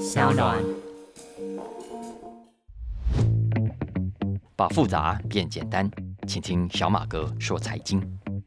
小暖， 把复杂变简单，请听小马哥说财经。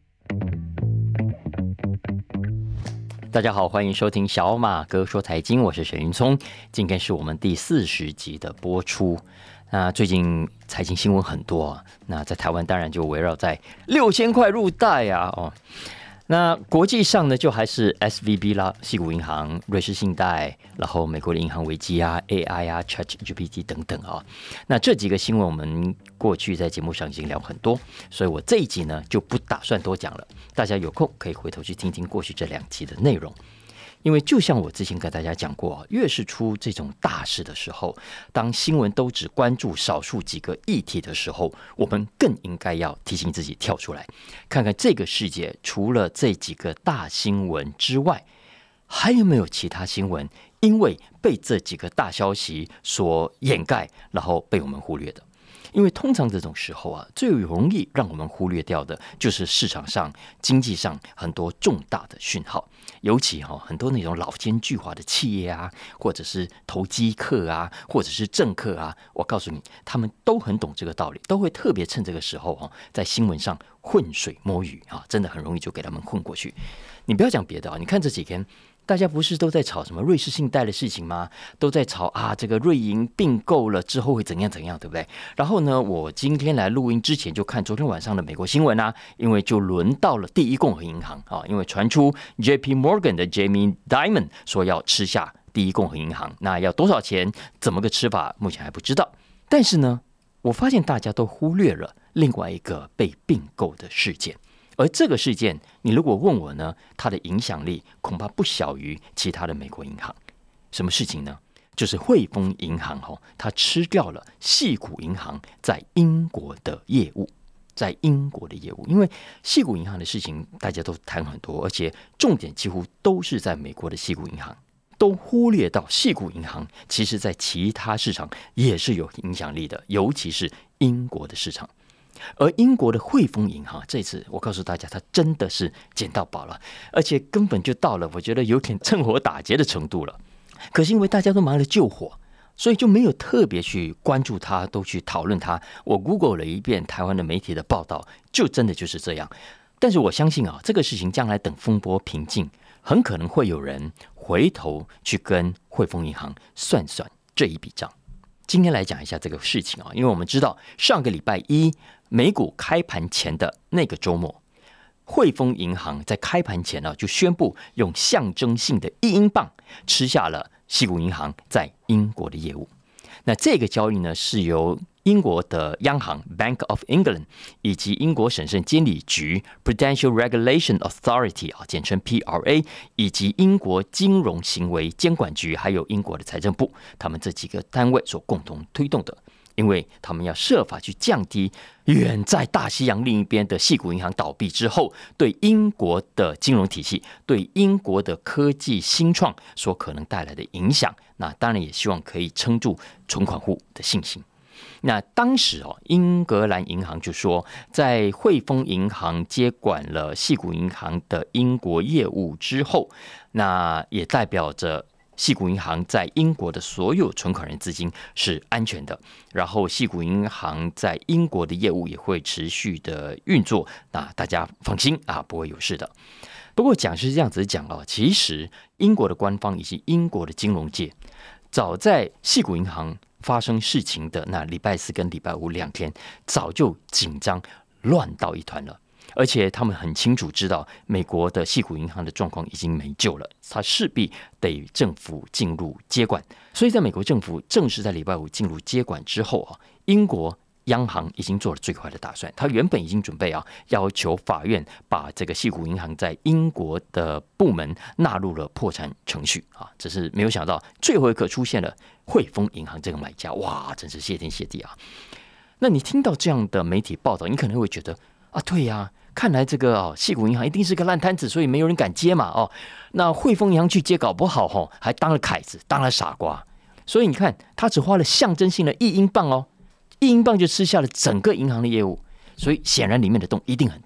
大家好，欢迎收听小马哥说财经，我是沈云聪。今天是我们第40集的播出。那最近财经新闻很多啊，那在台湾当然就围绕在6000块入袋啊那国际上呢，就还是 SVB 啦、矽谷银行、瑞士信贷，然后美国的银行危机啊、AI 啊、ChatGPT 等等啊。那这几个新闻我们过去在节目上已经聊很多，所以我这一集呢就不打算多讲了。大家有空可以回头去听听过去这2集的内容。因为就像我之前跟大家讲过，越是出这种大事的时候，当新闻都只关注少数几个议题的时候，我们更应该要提醒自己跳出来，看看这个世界除了这几个大新闻之外，还有没有其他新闻因为被这几个大消息所掩盖，然后被我们忽略的。因为通常这种时候啊，最容易让我们忽略掉的就是市场上、经济上很多重大的讯号，尤其很多那种老奸巨猾的企业啊，或者是投机客啊，或者是政客啊，我告诉你，他们都很懂这个道理，都会特别趁这个时候在新闻上浑水摸鱼啊，真的很容易就给他们混过去。你不要讲别的啊，你看这几天。大家不是都在吵什么瑞士信贷的事情吗？都在吵这个瑞银并购了之后会怎样怎样，对不对？然后呢，我今天来录音之前就看昨天晚上的美国新闻啊，因为就轮到了第一共和银行啊，因为传出 JP Morgan 的 Jamie Dimon 说要吃下第一共和银行，那要多少钱？怎么个吃法？目前还不知道。但是呢，我发现大家都忽略了另外一个被并购的事件。而这个事件，你如果问我呢，它的影响力恐怕不小于其他的美国银行。什么事情呢？就是汇丰银行它吃掉了矽谷银行在英国的业务。因为矽谷银行的事情大家都谈很多，而且重点几乎都是在美国的矽谷银行，都忽略到矽谷银行其实在其他市场也是有影响力的，尤其是英国的市场。而英国的汇丰银行这次我告诉大家，它真的是捡到宝了，而且根本就到了我觉得有点趁火打劫的程度了。可是因为大家都忙着救火，所以就没有特别去关注它，都去讨论它。我 Google 了一遍台湾的媒体的报道，就真的就是这样。但是我相信这个事情将来等风波平静，很可能会有人回头去跟汇丰银行算算这一笔账。今天来讲一下这个事情因为我们知道上个礼拜一美股开盘前的那个周末，汇丰银行在开盘前就宣布用象征性的1英镑吃下了矽谷银行在英国的业务。那这个交易呢，是由英国的央行 Bank of England 以及英国审慎监理局 Prudential Regulation Authority 简称 PRA 以及英国金融行为监管局还有英国的财政部，他们这几个单位所共同推动的。因为他们要设法去降低远在大西洋另一边的矽谷银行倒闭之后对英国的金融体系、对英国的科技新创所可能带来的影响。那当然也希望可以撑住存款户的信心。那当时英格兰银行就说，在汇丰银行接管了矽谷银行的英国业务之后，那也代表着矽谷银行在英国的所有存款人资金是安全的，然后矽谷银行在英国的业务也会持续的运作，那大家放心不会有事的。不过讲是这样子讲其实英国的官方以及英国的金融界，早在矽谷银行发生事情的那礼拜4跟礼拜52天，早就紧张乱到一团了。而且他们很清楚知道美国的矽谷银行的状况已经没救了，他势必得政府进入接管。所以在美国政府正式在礼拜5进入接管之后英国央行已经做了最坏的打算，他原本已经准备要求法院把这个矽谷银行在英国的部门纳入了破产程序只是没有想到最后一刻出现了汇丰银行这个买家，哇，真是谢天谢地啊！那你听到这样的媒体报道，你可能会觉得对呀，看来这个矽谷银行一定是个烂摊子，所以没有人敢接嘛那汇丰银行去接，搞不好还当了凯子，当了傻瓜。所以你看，他只花了象征性的1英镑1英镑就吃下了整个银行的业务，所以显然里面的洞一定很大。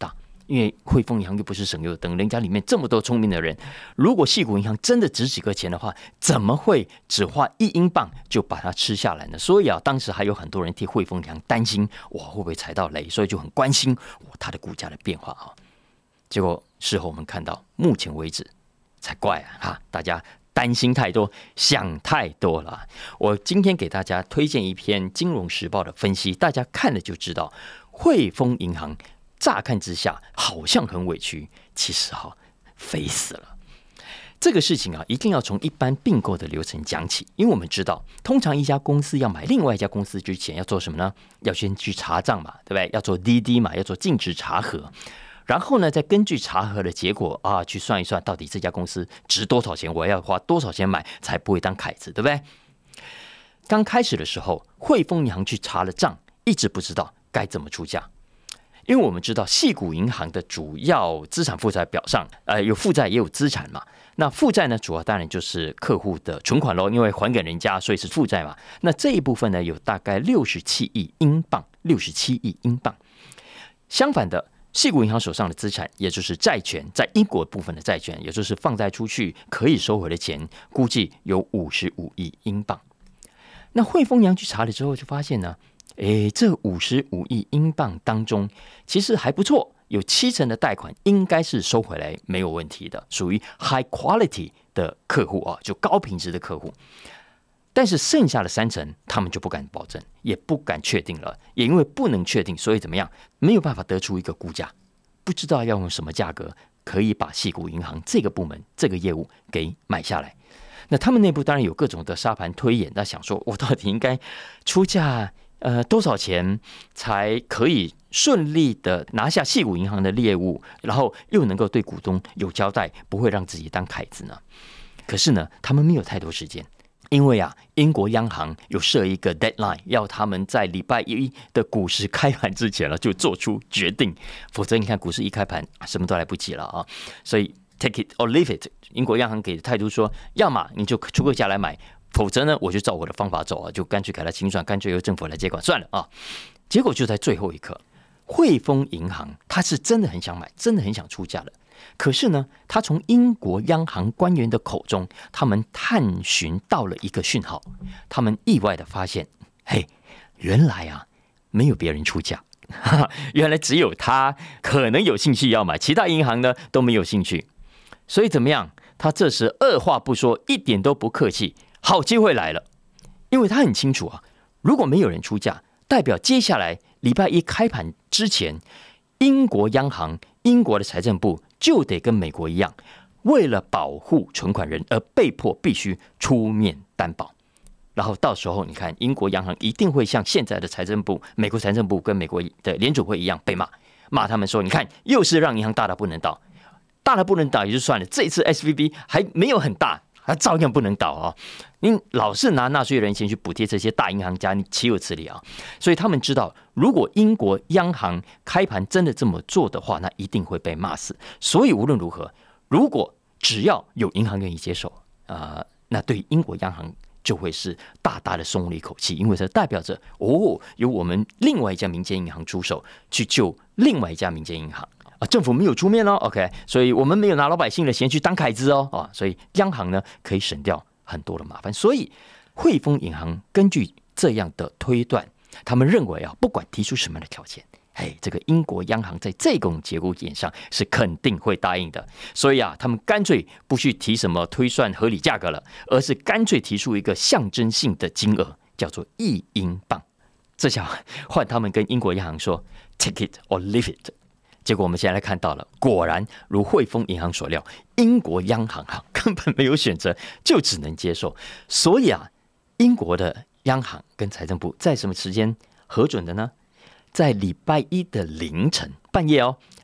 因为汇丰银行又不是省油灯，人家里面这么多聪明的人，如果矽谷银行真的值几个钱的话，怎么会只花1英镑就把它吃下来呢？所以啊，当时还有很多人替汇丰银行担心，哇，会不会踩到雷？所以就很关心它的股价的变化啊。结果事后我们看到，目前为止才怪啊！大家担心太多，想太多了。我今天给大家推荐一篇《金融时报》的分析，大家看了就知道，汇丰银行乍看之下好像很委屈，其实肥死了。这个事情啊，一定要从一般并购的流程讲起，因为我们知道，通常一家公司要买另外一家公司之前要做什么呢？要先去查账嘛，对不对？要做 DD 嘛，要做尽职查核。然后呢，再根据查核的结果啊，去算一算到底这家公司值多少钱，我要花多少钱买才不会当凯子，对不对？刚开始的时候，汇丰银行去查了账，一直不知道该怎么出价，因为我们知道矽谷银行的主要资产负债表上，有负债也有资产嘛。那负债呢，主要当然就是客户的存款咯，因为还给人家，所以是负债嘛。那这一部分呢，有大概67亿英镑，67亿英镑。相反的，矽谷银行手上的资产，也就是债权，在英国部分的债权，也就是放贷出去可以收回的钱，估计有55亿英镑。那汇丰银行去查了之后，就发现呢，这55亿英镑当中，其实还不错，有70%的贷款应该是收回来没有问题的，属于 high quality 的客户啊，就高品质的客户。但是剩下的30%，他们就不敢保证，也不敢确定了，也因为不能确定，所以怎么样，没有办法得出一个估价，不知道要用什么价格可以把矽谷银行这个部门、这个业务给买下来。那他们内部当然有各种的沙盘推演，在想说，我到底应该出价多少钱才可以顺利的拿下矽谷银行的业务，然后又能够对股东有交代，不会让自己当凯子呢？可是呢，他们没有太多时间。因为啊，英国央行有设一个 deadline， 要他们在礼拜一的股市开盘之前就做出决定，否则你看股市一开盘，什么都来不及了啊！所以 take it or leave it， 英国央行给的态度说，要么你就出个价来买，否则呢，我就照我的方法走啊，就干脆给他清算，干脆由政府来接管算了啊！结果就在最后一刻，汇丰银行他是真的很想买，真的很想出价了。可是呢，他从英国央行官员的口中，他们探寻到了一个讯号，他们意外的发现，原来啊，没有别人出价，原来只有他可能有兴趣要买，其他银行呢都没有兴趣。所以怎么样？他这时二话不说，一点都不客气，好机会来了，因为他很清楚啊，如果没有人出价，代表接下来礼拜一开盘之前，英国央行、英国的财政部就得跟美国一样，为了保护存款人而被迫必须出面担保。然后到时候你看，英国央行一定会像现在的财政部、美国财政部跟美国的联准会一样被骂他们说，你看又是让银行大到不能倒，大到不能倒也就算了，这次 SVB 还没有很大，它照样不能倒啊！你老是拿纳税人钱去补贴这些大银行家，你岂有此理啊！所以他们知道，如果英国央行开盘真的这么做的话，那一定会被骂死。所以无论如何，如果只要有银行愿意接手，那对英国央行就会是大大的松了一口气，因为这代表着由我们另外一家民间银行出手去救另外一家民间银行。政府没有出面哦 ，OK， 所以我们没有拿老百姓的钱去当凯子哦，所以央行呢可以省掉很多的麻烦。所以汇丰银行根据这样的推断，他们认为不管提出什么样的条件，这个英国央行在这种节骨眼上是肯定会答应的。所以他们干脆不去提什么推算合理价格了，而是干脆提出一个象征性的金额，叫做1英镑。这下换他们跟英国央行说 ，take it or leave it。结果我们现在来看到了，果然如汇丰银行所料，英国央行根本没有选择，就只能接受。所以英国的央行跟财政部在什么时间核准的呢？在礼拜一的凌晨半夜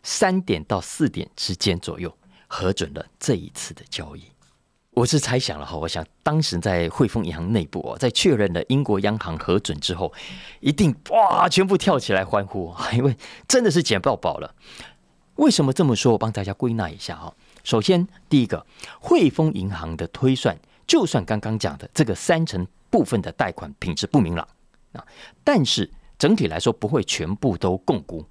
3点到4点之间左右核准了这一次的交易。我是猜想了我想当时在汇丰银行内部在确认了英国央行核准之后，一定全部跳起来欢呼，因为真的是捡到宝了。为什么这么说？我帮大家归纳一下首先，第一个，汇丰银行的推算，就算刚刚讲的这个30%部分的贷款品质不明朗但是整体来说不会全部都共估，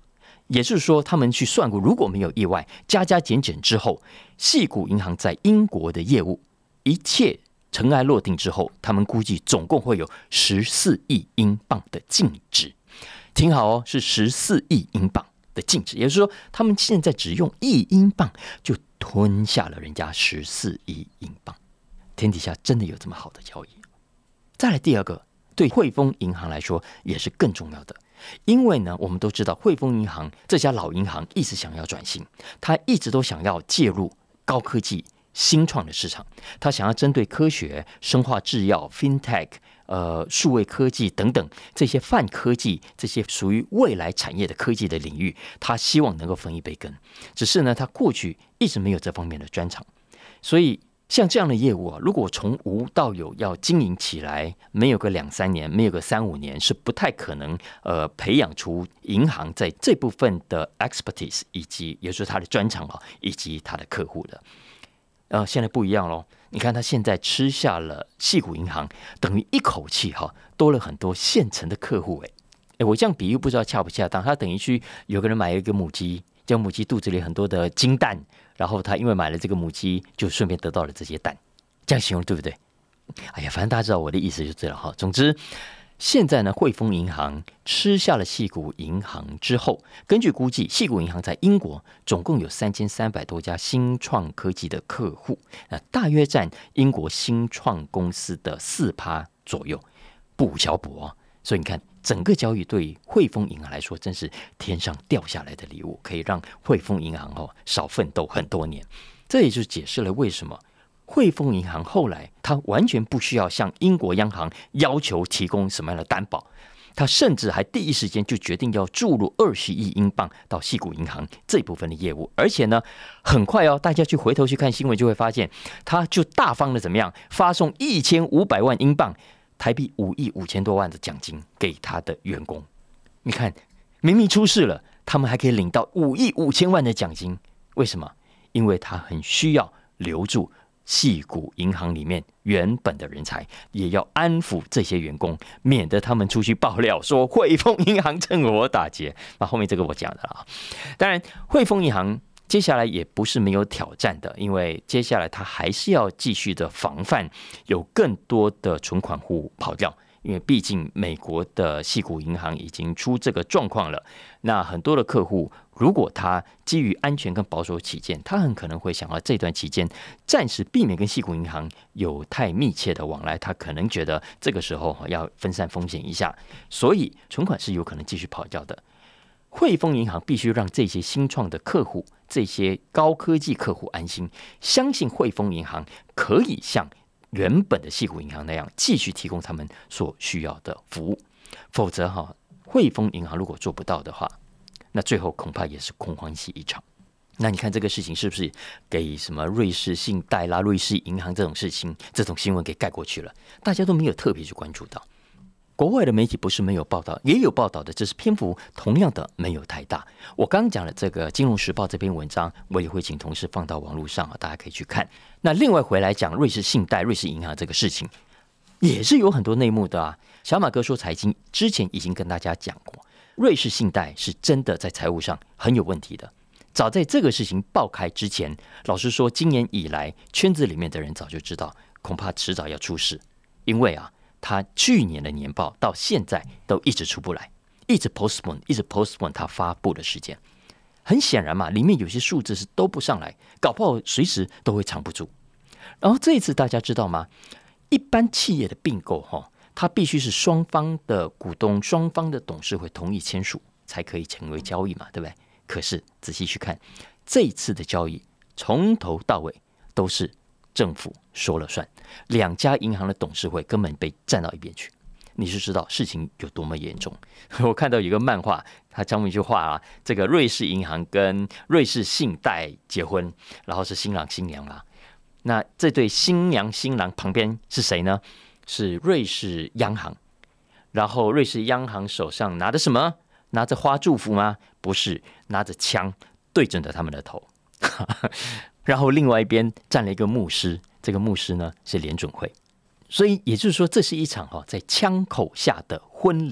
也就是说，他们去算过，如果没有意外，加减之后，矽谷银行在英国的业务一切尘埃落定之后，他们估计总共会有14亿英镑的净值。听好哦，是14亿英镑的净值，也就是说，他们现在只用1亿英镑就吞下了人家14亿英镑。天底下真的有这么好的交易？再来第二个，对汇丰银行来说也是更重要的。因为呢，我们都知道汇丰银行这家老银行一直想要转型，他一直都想要介入高科技新创的市场，他想要针对科学、生化制药、FinTech、数位科技等等这些泛科技、这些属于未来产业的科技的领域，他希望能够分一杯羹。只是呢，他过去一直没有这方面的专长，所以像这样的业务啊，如果从无到有要经营起来，没有个2-3年，没有个3-5年，是不太可能培养出银行在这部分的 expertise 以及也就是它的专长以及它的客户的。现在不一样咯，你看他现在吃下了矽谷银行，等于一口气多了很多现成的客户。我这样比喻不知道恰不恰当，他等于去有个人买了一个母鸡，叫母鸡肚子里很多的金蛋，然后他因为买了这个母鸡，就顺便得到了这些蛋，这样形容对不对？哎呀，反正大家知道我的意思就对了哈。总之，现在呢，汇丰银行吃下了矽谷银行之后，根据估计，矽谷银行在英国总共有3300多家新创科技的客户，那大约占英国新创公司的4%左右，不小补哦。所以你看，整个交易对汇丰银行来说，真是天上掉下来的礼物，可以让汇丰银行少奋斗很多年。这也就解释了为什么汇丰银行后来它完全不需要向英国央行要求提供什么样的担保，它甚至还第一时间就决定要注入20亿英镑到矽谷银行这部分的业务，而且呢，很快大家去回头去看新闻就会发现，它就大方的怎么样发送1500万英镑。台币5亿5千多万的奖金给他的员工，你看，明明出事了，他们还可以领到5亿5千万的奖金，为什么？因为他很需要留住矽谷银行里面原本的人才，也要安抚这些员工，免得他们出去爆料说汇丰银行趁火打劫。那后面这个我讲的了。当然，汇丰银行接下来也不是没有挑战的，因为接下来他还是要继续的防范有更多的存款户跑掉，因为毕竟美国的矽谷银行已经出这个状况了。那很多的客户，如果他基于安全跟保守起见，他很可能会想要这段期间暂时避免跟矽谷银行有太密切的往来，他可能觉得这个时候要分散风险一下，所以存款是有可能继续跑掉的。汇丰银行必须让这些新创的客户、这些高科技客户安心，相信汇丰银行可以像原本的矽谷银行那样继续提供他们所需要的服务。否则汇丰银行如果做不到的话，那最后恐怕也是空欢喜一场。那你看这个事情是不是给什么瑞士信贷啦、瑞士银行这种事情、这种新闻给盖过去了？大家都没有特别去关注到。国外的媒体不是没有报道，也有报道的，只是篇幅同样的没有太大。我刚讲的这个《金融时报》这篇文章，我也会请同事放到网络上，大家可以去看。那另外回来讲瑞士信贷、瑞士银行这个事情，也是有很多内幕的啊。小马哥说财经之前已经跟大家讲过，瑞士信贷是真的在财务上很有问题的。早在这个事情爆开之前，老实说，今年以来圈子里面的人早就知道，恐怕迟早要出事，因为他去年的年报到现在都一直出不来，一直 postpone 他发布的时间。很显然嘛，里面有些数字是都不上来，搞不好随时都会藏不住。然后这一次大家知道吗？一般企业的并购它必须是双方的股东、双方的董事会同意签署才可以成为交易嘛，对不对？可是仔细去看，这一次的交易从头到尾都是政府说了算，2家银行的董事会根本被站到一边去，你就知道事情有多么严重。我看到有一个漫画，他讲一句话这个瑞士银行跟瑞士信贷结婚，然后是新郎新娘啦。那这对新娘新郎旁边是谁呢？是瑞士央行。然后瑞士央行手上拿着什么？拿着花祝福吗？不是，拿着枪对准着他们的头。然后另外一边站了一个牧师，这个牧师呢是联准会，所以也就是说，这是一场在枪口下的婚礼。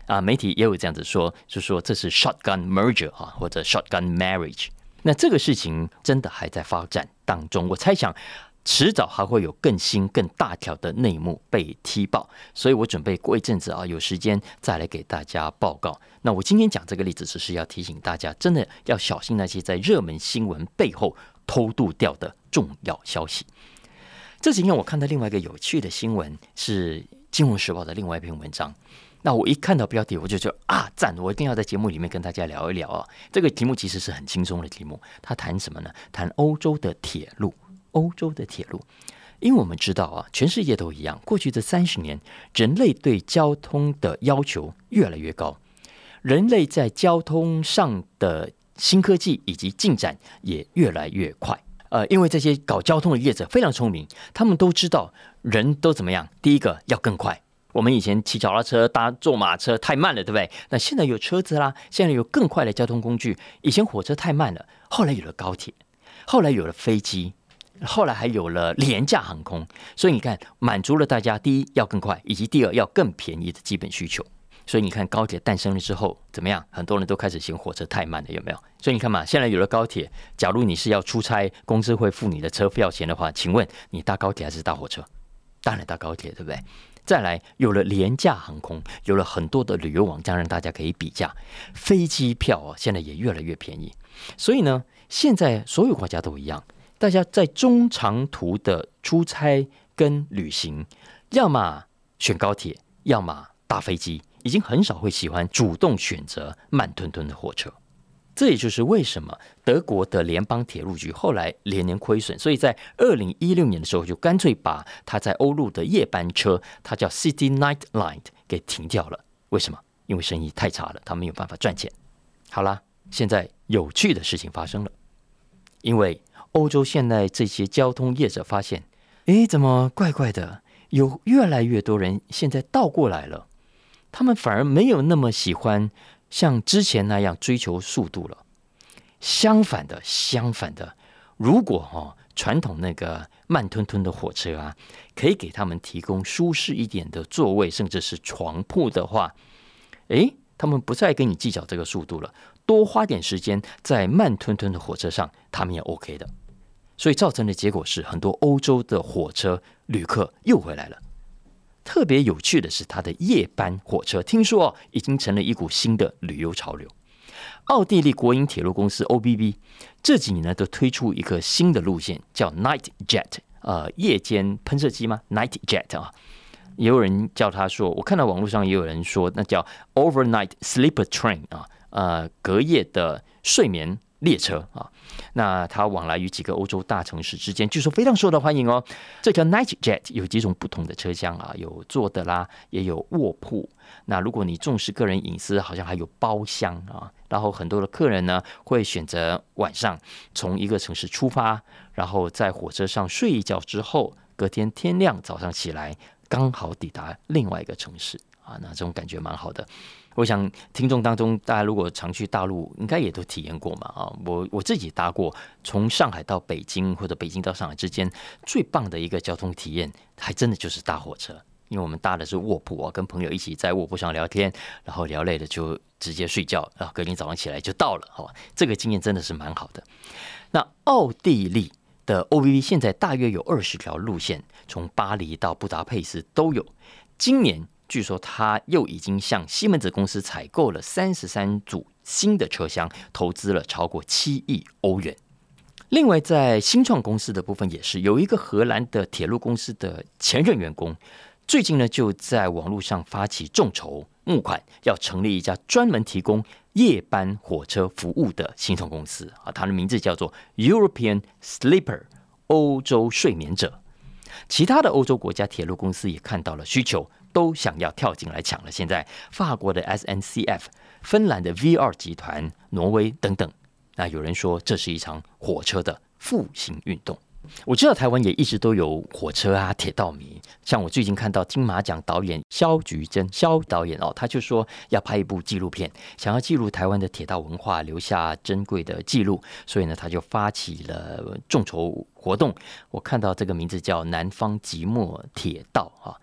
媒体也有这样子说，就说这是 shotgun merger 或者 shotgun marriage。那这个事情真的还在发展当中，我猜想迟早还会有更新更大条的内幕被踢爆，所以我准备过一阵子有时间再来给大家报告。那我今天讲这个例子，只是要提醒大家，真的要小心那些在热门新闻背后偷渡掉的重要消息。这几天我看到另外一个有趣的新闻，是《金融时报》的另外一篇文章。那我一看到标题，我就觉得赞！我一定要在节目里面跟大家聊一聊这个题目其实是很轻松的题目，它谈什么呢？谈欧洲的铁路。欧洲的铁路，因为我们知道全世界都一样，过去这30年，人类对交通的要求越来越高，人类在交通上的新科技以及进展也越来越快。因为这些搞交通的业者非常聪明，他们都知道人都怎么样。第一个要更快，我们以前骑脚踏车、坐马车太慢了，对不对？那现在有车子啦，现在有更快的交通工具。以前火车太慢了，后来有了高铁，后来有了飞机，后来还有了廉价航空。所以你看，满足了大家第一要更快，以及第二要更便宜的基本需求。所以你看高铁诞生了之后怎么样？很多人都开始嫌火车太慢了，有没有？所以你看嘛，现在有了高铁，假如你是要出差，公司会付你的车票钱的话，请问你搭高铁还是搭火车？当然搭高铁，对不对？再来，有了廉价航空，有了很多的旅游网站让大家可以比价，飞机票现在也越来越便宜。所以呢，现在所有国家都一样，大家在中长途的出差跟旅行，要么选高铁，要么搭飞机，已经很少会喜欢主动选择慢吞吞的火车。这也就是为什么德国的联邦铁路局后来连年亏损，所以在2016年的时候就干脆把它在欧陆的夜班车，它叫 City Night Line 给停掉了。为什么？因为生意太差了，他没有办法赚钱。好啦，现在有趣的事情发生了，因为欧洲现在这些交通业者发现，怎么怪怪的？有越来越多人现在倒过来了，他们反而没有那么喜欢像之前那样追求速度了。相反的，如果传统那个慢吞吞的火车可以给他们提供舒适一点的座位，甚至是床铺的话，他们不再跟你计较这个速度了，多花点时间在慢吞吞的火车上，他们也 OK 的。所以造成的结果是，很多欧洲的火车旅客又回来了。特别有趣的是，它的夜班火车听说已经成了一股新的旅游潮流。奥地利国营铁路公司 OBB 这几年呢，都推出一个新的路线，叫 Night Jet，夜间喷射机吗 ？Night Jet 也有人叫它说，我看到网络上也有人说，那叫 Overnight Sleeper Train 隔夜的睡眠列车那它往来于几个欧洲大城市之间，据说非常受到欢迎哦。这条 Night Jet 有几种不同的车厢有坐的啦，也有卧铺。那如果你重视个人隐私，好像还有包厢然后很多的客人呢会选择晚上从一个城市出发，然后在火车上睡一觉之后，隔天天亮早上起来刚好抵达另外一个城市那这种感觉蛮好的。我想听众当中，大家如果常去大陆，应该也都体验过嘛我自己搭过，从上海到北京或者北京到上海之间，最棒的一个交通体验，还真的就是搭火车。因为我们搭的是卧铺跟朋友一起在卧铺上聊天，然后聊累了就直接睡觉，隔天早上起来就到了这个经验真的是蛮好的。那奥地利的 OBB 现在大约有20条路线，从巴黎到布达佩斯都有。今年据说他又已经向西门子公司采购了33组新的车厢，投资了超过7亿欧元。另外在新创公司的部分也是，有一个荷兰的铁路公司的前任员工，最近呢就在网络上发起众筹募款，要成立一家专门提供夜班火车服务的新创公司它的名字叫做 European Sleeper 欧洲睡眠者。其他的欧洲国家铁路公司也看到了需求，都想要跳进来抢了。现在法国的 SNCF、 芬兰的 VR 集团、挪威等等，那有人说这是一场火车的复兴运动。我知道台湾也一直都有火车铁道迷，像我最近看到金马奖导演萧菊珍萧导演他就说要拍一部纪录片，想要记录台湾的铁道文化，留下珍贵的记录，所以呢他就发起了众筹活动。我看到这个名字叫南方寂寞铁道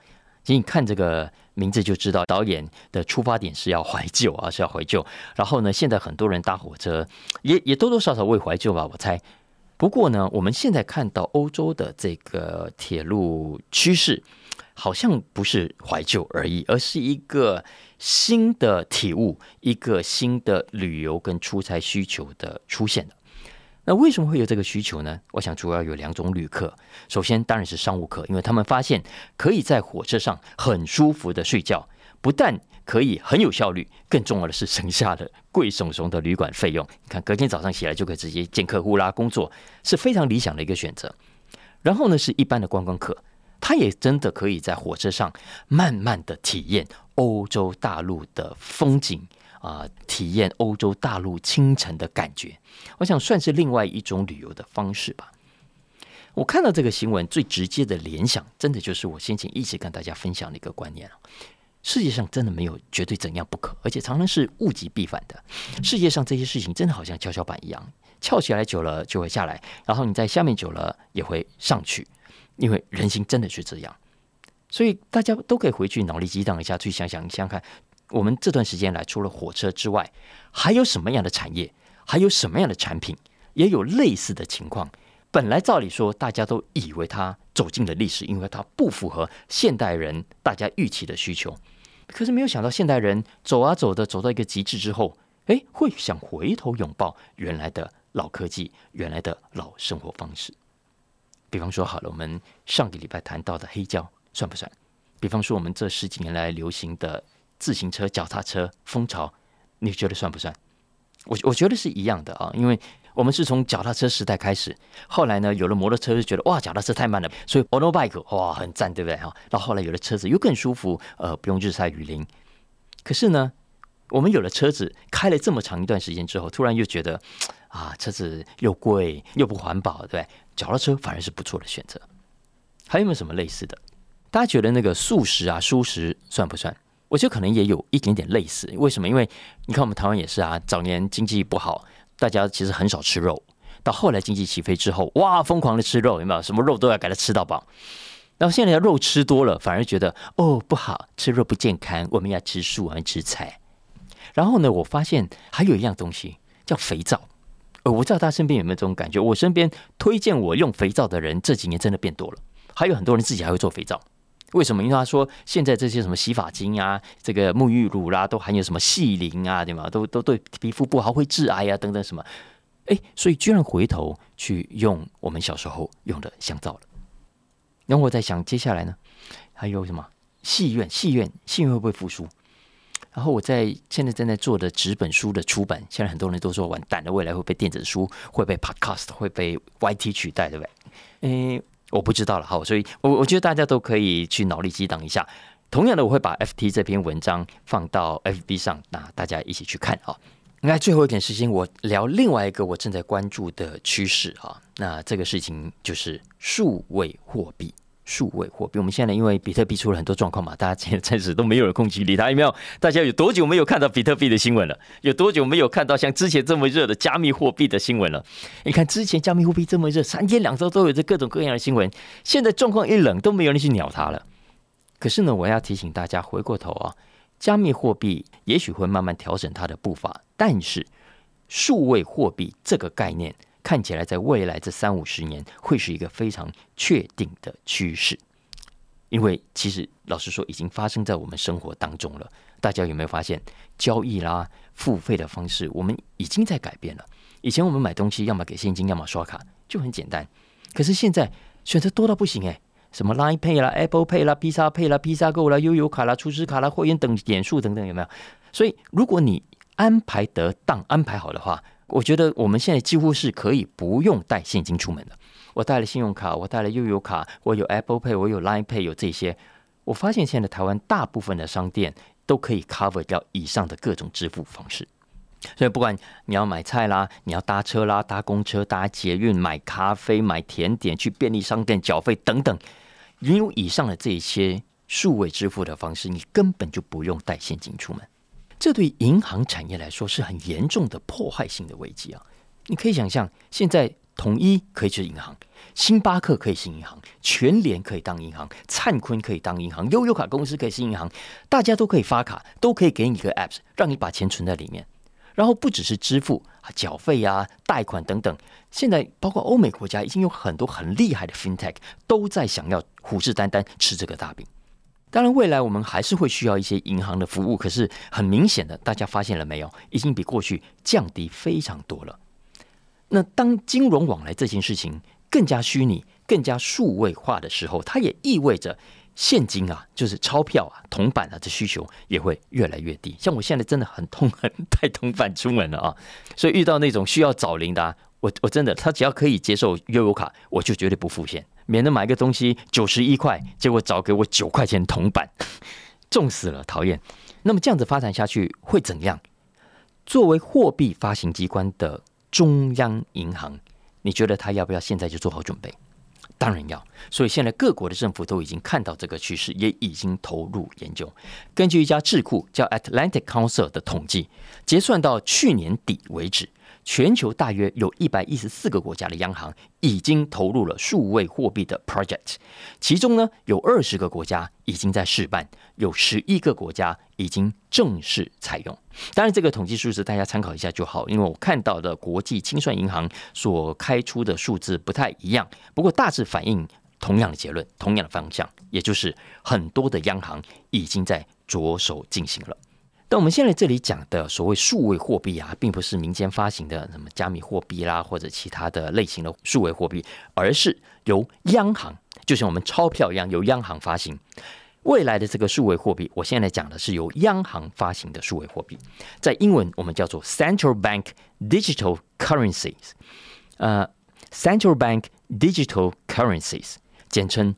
其实你看这个名字就知道，导演的出发点是要怀旧啊，是要怀旧。然后呢，现在很多人搭火车也多多少少为怀旧吧，我猜。不过呢，我们现在看到欧洲的这个铁路趋势，好像不是怀旧而已，而是一个新的体悟，一个新的旅游跟出差需求的出现的。那为什么会有这个需求呢？我想主要有2种旅客。首先当然是商务客，因为他们发现可以在火车上很舒服的睡觉，不但可以很有效率，更重要的是省下了贵耸耸的旅馆费用。你看隔天早上起来就可以直接见客户啦，工作是非常理想的一个选择。然后呢是一般的观光客，他也真的可以在火车上慢慢的体验欧洲大陆的风景体验欧洲大陆清晨的感觉，我想算是另外一种旅游的方式吧。我看到这个新闻最直接的联想，真的就是我先前一直跟大家分享的一个观念，世界上真的没有绝对怎样不可，而且常常是物极必反的。世界上这些事情真的好像跷跷板一样，翘起来久了就会下来，然后你在下面久了也会上去，因为人心真的是这样。所以大家都可以回去脑力激荡一下，去想想看，我们这段时间来，除了火车之外，还有什么样的产业，还有什么样的产品，也有类似的情况。本来照理说，大家都以为它走进了历史，因为它不符合现代人大家预期的需求。可是没有想到，现代人走啊走的，走到一个极致之后，会想回头拥抱原来的老科技，原来的老生活方式。比方说，好了，我们上个礼拜谈到的黑胶算不算？比方说，我们这10几年来流行的自行车、脚踏车风潮，你觉得算不算？我觉得是一样的啊，因为我们是从脚踏车时代开始，后来呢有了摩托车，就觉得哇脚踏车太慢了，所以 auto bike 哇很赞，对不对？然后后来有了车子又更舒服，不用日晒雨淋。可是呢，我们有了车子，开了这么长一段时间之后，突然又觉得车子又贵又不环保，对不对？脚踏车反而是不错的选择。还有没有什么类似的？大家觉得那个素食啊、蔬食算不算？我觉得可能也有一点点类似。为什么？因为你看我们台湾也是啊，早年经济不好，大家其实很少吃肉，到后来经济起飞之后，哇，疯狂的吃肉，有没有？什么肉都要给它吃到饱。然后现在肉吃多了，反而觉得不好，吃肉不健康，我们要吃素，我们吃菜。然后呢，我发现还有一样东西叫肥皂。我不知道大家身边有没有这种感觉？我身边推荐我用肥皂的人，这几年真的变多了。还有很多人自己还会做肥皂。为什么？因为他说现在这些什么洗发精啊、这个沐浴乳啦，都含有什么细磷啊，对吗？都对皮肤不好，会致癌啊，等等什么。所以居然回头去用我们小时候用的香皂了。然后我在想，接下来呢，还有什么戏院会不会复苏？然后我现在正在做的纸本书的出版，现在很多人都说完蛋了，未来会被电子书、会被 podcast、会被 YT 取代，对不对？我不知道了，好，所以我觉得大家都可以去脑力激荡一下。同样的，我会把 FT 这篇文章放到 FB 上，那大家一起去看啊。那最后一点时间，我聊另外一个我正在关注的趋势啊。那这个事情就是数位货币。数位货币，我们现在因为比特币出了很多状况嘛，大家现在暂时都没有人空去理它，有没有？大家有多久没有看到比特币的新闻了？有多久没有看到像之前这么热的加密货币的新闻了？你看之前加密货币这么热，3天2周都有着各种各样的新闻，现在状况一冷，都没有人去鸟它了。可是呢，我要提醒大家，回过头啊，加密货币也许会慢慢调整它的步伐，但是数位货币这个概念，看起来在未来这30-50年会是一个非常确定的趋势，因为其实老实说已经发生在我们生活当中了。大家有没有发现交易啦、付费的方式我们已经在改变了？以前我们买东西要么给现金，要么刷卡，就很简单。可是现在选择多到不行什么 Line Pay 啦、Apple Pay 啦、Pizza Pay 啦、Pizza Go 啦、悠游卡啦、储值卡啦、会员等点数等等，有没有？所以如果你安排得当、安排好的话，我觉得我们现在几乎是可以不用带现金出门的。我带了信用卡，我带了悠游卡，我有 Apple Pay， 我有 Line Pay， 有这些。我发现现在台湾大部分的商店都可以 cover 掉以上的各种支付方式。所以不管你要买菜啦，你要搭车啦、搭公车、搭捷运、买咖啡、买甜点、去便利商店缴费等等，你有以上的这些数位支付的方式，你根本就不用带现金出门。这对银行产业来说是很严重的破坏性的危机啊！你可以想象，现在统一可以是银行，星巴克可以是银行，全联可以当银行，灿坤可以当银行，悠游卡公司可以是银行，大家都可以发卡，都可以给你一个 apps， 让你把钱存在里面。然后不只是支付、缴费啊、贷款等等，现在包括欧美国家已经有很多很厉害的 fintech 都在想要虎视眈眈吃这个大饼。当然，未来我们还是会需要一些银行的服务，可是很明显的，大家发现了没有，已经比过去降低非常多了。那当金融往来这件事情更加虚拟、更加数位化的时候，它也意味着现金啊，就是钞票啊、铜板啊的需求也会越来越低。像我现在真的很带铜板出门了啊，所以遇到那种需要找零的啊，我真的，他只要可以接受悠游卡，我就绝对不付现，免得买个东西91块，结果找给我9块钱铜板，重死了，讨厌。那么这样子发展下去会怎样？作为货币发行机关的中央银行，你觉得他要不要现在就做好准备？当然要。所以现在各国的政府都已经看到这个趋势，也已经投入研究。根据一家智库叫 Atlantic Council 的统计，结算到去年底为止，全球大约有114个国家的央行已经投入了数位货币的 project， 其中呢有20个国家已经在试办，有11个国家已经正式采用。当然这个统计数字大家参考一下就好，因为我看到的国际清算银行所开出的数字不太一样，不过大致反映同样的结论，同样的方向，也就是很多的央行已经在着手进行了。但我们现在这里讲的所谓数位货币啊，并不是民间发行的什么加密货币啦，或者其他的类型的数位货币，而是由央行，就像我们钞票一样，由央行发行。未来的这个数位货币，我现在讲的是由央行发行的数位货币，在英文我们叫做 Central Bank Digital Currencies，Central Bank Digital Currencies， 简称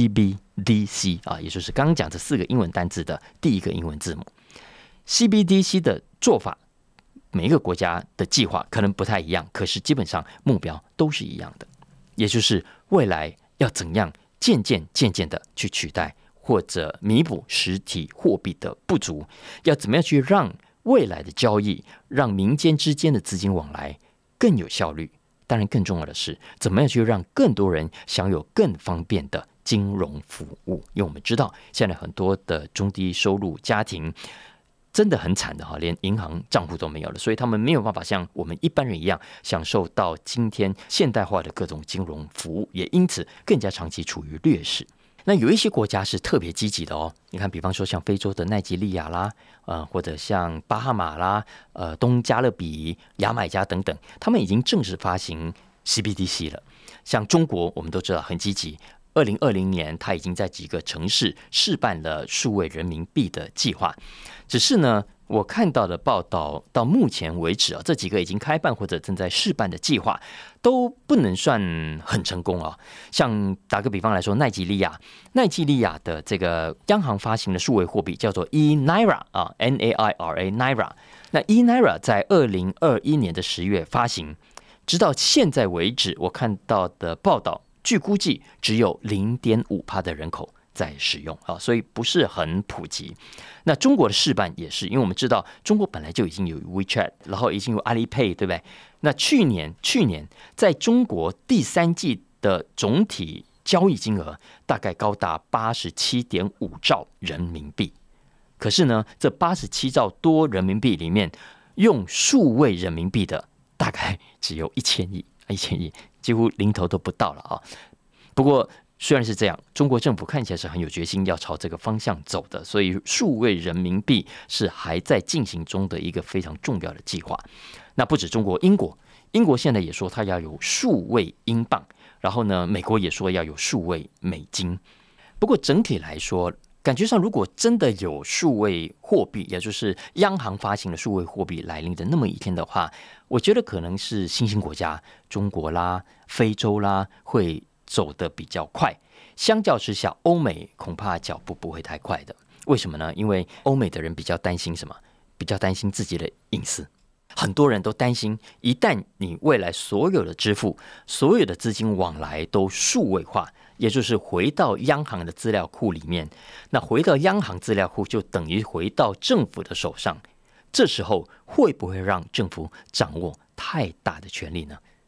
CBDC 啊，也就是刚刚讲这4个英文单字的第一个英文字母。CBDC 的做法，每一个国家的计划可能不太一样，可是基本上目标都是一样的，也就是未来要怎样渐渐的去取代或者弥补实体货币的不足，要怎么样去让未来的交易，让民间之间的资金往来更有效率。当然更重要的是，怎么样去让更多人享有更方便的金融服务。因为我们知道现在很多的中低收入家庭真的很惨的哈，连银行账户都没有了，所以他们没有办法像我们一般人一样享受到今天现代化的各种金融服务，也因此更加长期处于劣势。那有一些国家是特别积极的哦，你看，比方说像非洲的奈及利亚啦，或者像巴哈马啦，东加勒比、牙买加等等，他们已经正式发行 CBDC 了。像中国，我们都知道很积极。2020年，他已经在几个城市试办了数位人民币的计划。只是呢，我看到的报道到目前为止啊，这几个已经开办或者正在试办的计划都不能算很成功啊。像打个比方来说，奈及利亚的这个央行发行的数位货币叫做 eNaira 啊 ，NAIRA Naira。那 eNaira 在2021年的10月发行，直到现在为止，我看到的报道，据估计只有 0.5% 的人口在使用啊，所以不是很普及。那中国的试办也是，因为我们知道中国本来就已经有 WeChat， 然后已经有 Alipay， 对不对？那去年在中国第3季的总体交易金额大概高达 87.5 兆人民币。可是呢，这87兆多人民币里面，用数位人民币的大概只有1000亿，几乎零头都不到了啊。不过虽然是这样，中国政府看起来是很有决心要朝这个方向走的，所以数位人民币是还在进行中的一个非常重要的计划。那不止中国，英国现在也说它要有数位英镑，然后呢，美国也说要有数位美金。不过整体来说，感觉上如果真的有数位货币，也就是央行发行的数位货币来临的那么一天的话，我觉得可能是新兴国家，中国啦、非洲啦，会走得比较快。相较之下，欧美恐怕脚步不会太快的。为什么呢？因为欧美的人比较担心什么？比较担心自己的隐私。很多人都担心，一旦你未来所有的支付、所有的资金往来都数位化，也就是回到央行的资料库里面，那回到央行资料库就等于回到政府的手上。这时候会不会让政府掌握太大的权力呢？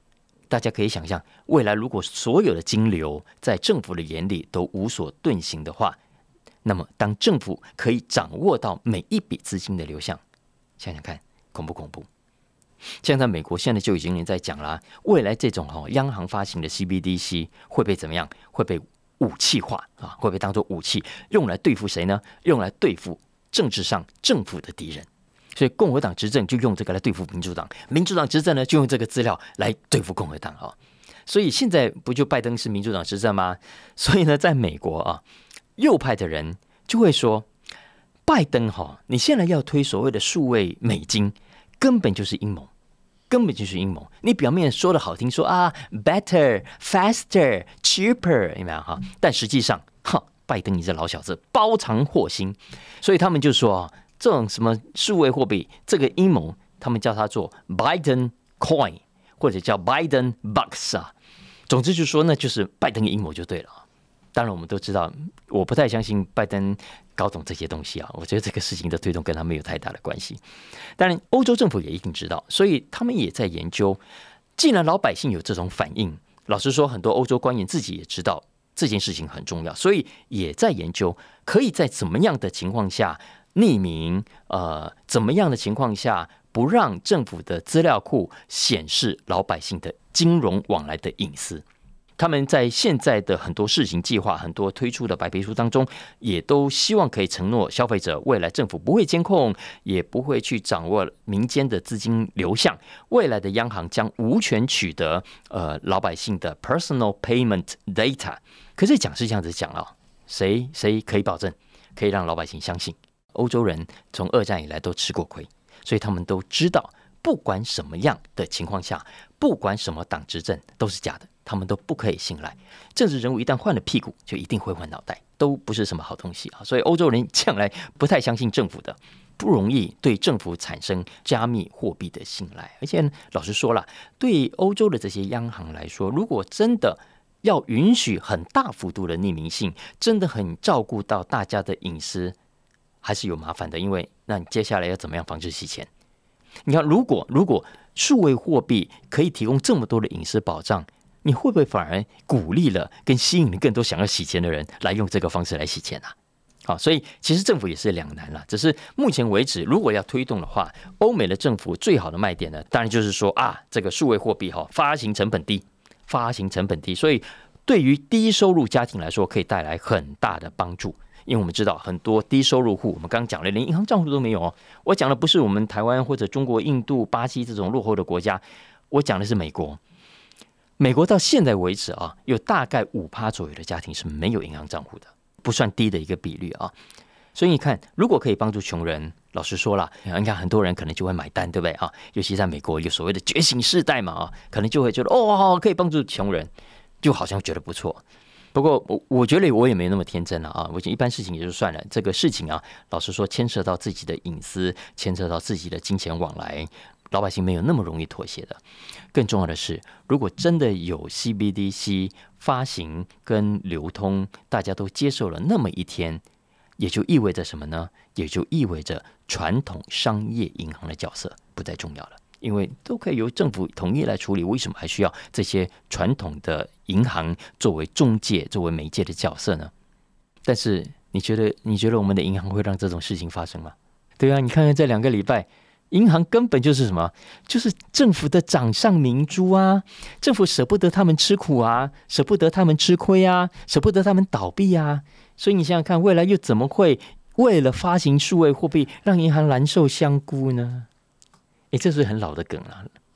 大家可以想象，未来如果所有的金流在政府的眼里都无所遁形的话，那么当政府可以掌握到每一笔资金的流向，想想看恐不恐怖？像在美国现在就已经在讲啦，未来这种央行发行的 CBDC 会被怎么样？会被武器化啊？会被当作武器用来对付谁呢？用来对付政治上政府的敌人。所以共和党执政就用这个来对付民主党，民主党执政呢就用这个资料来对付共和党啊。所以现在不就拜登是民主党执政吗？所以呢，在美国啊，右派的人就会说，拜登你现在要推所谓的数位美金，根本就是阴谋，根本就是阴谋。你表面说的好听，说啊 ，better, faster, cheaper， 有没有哈？但实际上，拜登你这老小子包藏祸心，所以他们就说这种什么数位货币这个阴谋，他们叫它做 Biden Coin 或者叫 Biden Bucks 啊。总之就说那就是拜登的阴谋就对了。当然我们都知道，我不太相信拜登搞懂这些东西啊。我觉得这个事情的推动跟他没有太大的关系。当然欧洲政府也一定知道，所以他们也在研究。既然老百姓有这种反应，老实说很多欧洲官员自己也知道这件事情很重要，所以也在研究可以在怎么样的情况下匿名，怎么样的情况下不让政府的资料库显示老百姓的金融往来的隐私。他们在现在的很多试行计划、很多推出的白皮书当中，也都希望可以承诺消费者，未来政府不会监控，也不会去掌握民间的资金流向。未来的央行将无权取得老百姓的 personal payment data。可是讲是这样子讲了，谁可以保证可以让老百姓相信？欧洲人从二战以来都吃过亏，所以他们都知道，不管什么样的情况下，不管什么党执政都是假的。他们都不可以信赖，政治人物一旦换了屁股，就一定会换脑袋，都不是什么好东西啊！所以欧洲人向来不太相信政府的，不容易对政府产生加密货币的信赖。而且老实说了，对欧洲的这些央行来说，如果真的要允许很大幅度的匿名性，真的很照顾到大家的隐私，还是有麻烦的。因为那你接下来要怎么样防止洗钱？你看，如果数位货币可以提供这么多的隐私保障，你会不会反而鼓励了跟吸引了更多想要洗钱的人来用这个方式来洗钱啊？好，所以其实政府也是两难啦。只是目前为止，如果要推动的话，欧美的政府最好的卖点呢，当然就是说这个数位货币发行成本低，所以对于低收入家庭来说，可以带来很大的帮助。因为我们知道很多低收入户，我们刚刚讲了，连银行账户都没有哦。我讲的不是我们台湾或者中国、印度、巴西这种落后的国家，我讲的是美国。美国到现在为止有大概5%左右的家庭是没有银行账户的，不算低的一个比率啊。所以你看，如果可以帮助穷人，老实说了，你看很多人可能就会买单，对不对啊？尤其在美国有所谓的觉醒世代嘛可能就会觉得可以帮助穷人，就好像觉得不错。不过我觉得我也没那么天真了我一般事情也就算了，这个事情老实说牵涉到自己的隐私，牵涉到自己的金钱往来。老百姓没有那么容易妥协的。更重要的是，如果真的有 CBDC 发行跟流通，大家都接受了那么一天，也就意味着什么呢？也就意味着传统商业银行的角色不再重要了，因为都可以由政府统一来处理，为什么还需要这些传统的银行作为中介、作为媒介的角色呢？但是你觉得我们的银行会让这种事情发生吗？对啊，你看看这2个礼拜。银行根本就是什么？就是政府的掌上明珠啊！政府舍不得他们吃苦啊，舍不得他们吃亏啊，舍不得他们倒闭啊。所以你想想看，未来又怎么会为了发行数位货币让银行蓝瘦香菇呢？这是很老的梗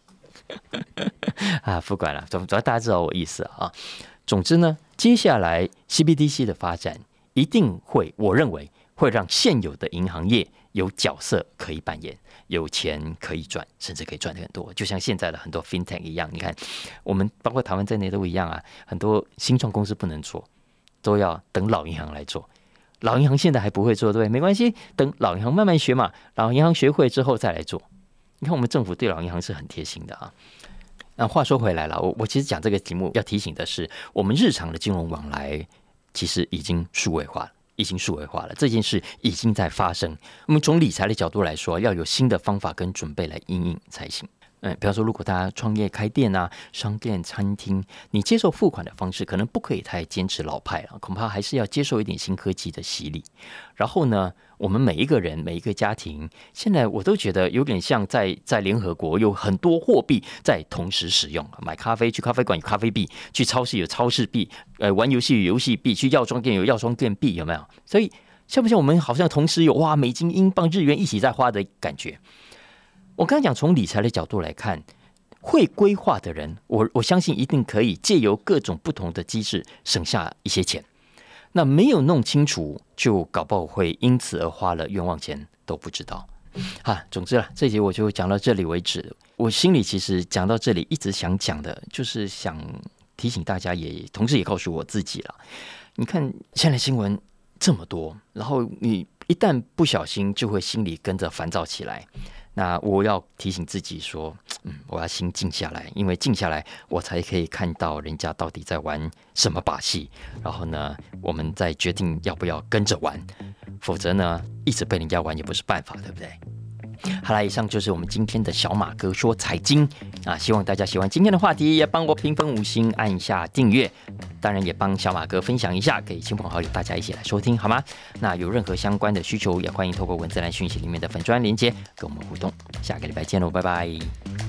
了不管了，总要大家知道我意思总之呢，接下来 CBDC 的发展一定会，我认为会让现有的银行业有角色可以扮演，有钱可以赚，甚至可以赚得很多。就像现在的很多 fintech 一样，你看我们包括台湾在内都一样很多新创公司不能做，都要等老银行来做。老银行现在还不会做，对不对？没关系，等老银行慢慢学嘛，老银行学会之后再来做。你看我们政府对老银行是很贴心的那话说回来了，我其实讲这个题目要提醒的是，我们日常的金融往来其实已经数位化了，这件事已经在发生。我们从理财的角度来说，要有新的方法跟准备来因应才行。 比方说，如果大家创业开店啊、商店、餐厅，你接受付款的方式可能不可以太坚持老派了，恐怕还是要接受一点新科技的洗礼。然后呢，我们每一个人、每一个家庭，现在我都觉得有点像在联合国有很多货币在同时使用。买咖啡去咖啡馆有咖啡币，去超市有超市币，玩游戏有游戏币，去药妆店有药妆店币，有没有？所以像不像我们好像同时有哇美金、英镑、日元一起在花的感觉？我刚才讲，从理财的角度来看，会规划的人，我相信一定可以借由各种不同的机制省下一些钱。那没有弄清楚，就搞不好会因此而花了冤枉钱都不知道。总之这一集我就讲到这里为止。我心里其实讲到这里，一直想讲的就是想提醒大家，也同时也告诉我自己了。你看现在新闻这么多，然后你一旦不小心，就会心里跟着烦躁起来。那我要提醒自己说，我要先静下来，因为静下来，我才可以看到人家到底在玩什么把戏。然后呢，我们再决定要不要跟着玩，否则呢，一直被人家玩也不是办法，对不对？好了，以上就是我们今天的小马哥说财经希望大家喜欢今天的话题，也帮我评分5星，按下订阅，当然也帮小马哥分享一下给亲朋好友，大家一起来收听好吗？那有任何相关的需求，也欢迎透过文字栏讯息里面的粉专连结跟我们互动。下个礼拜见喽，拜拜。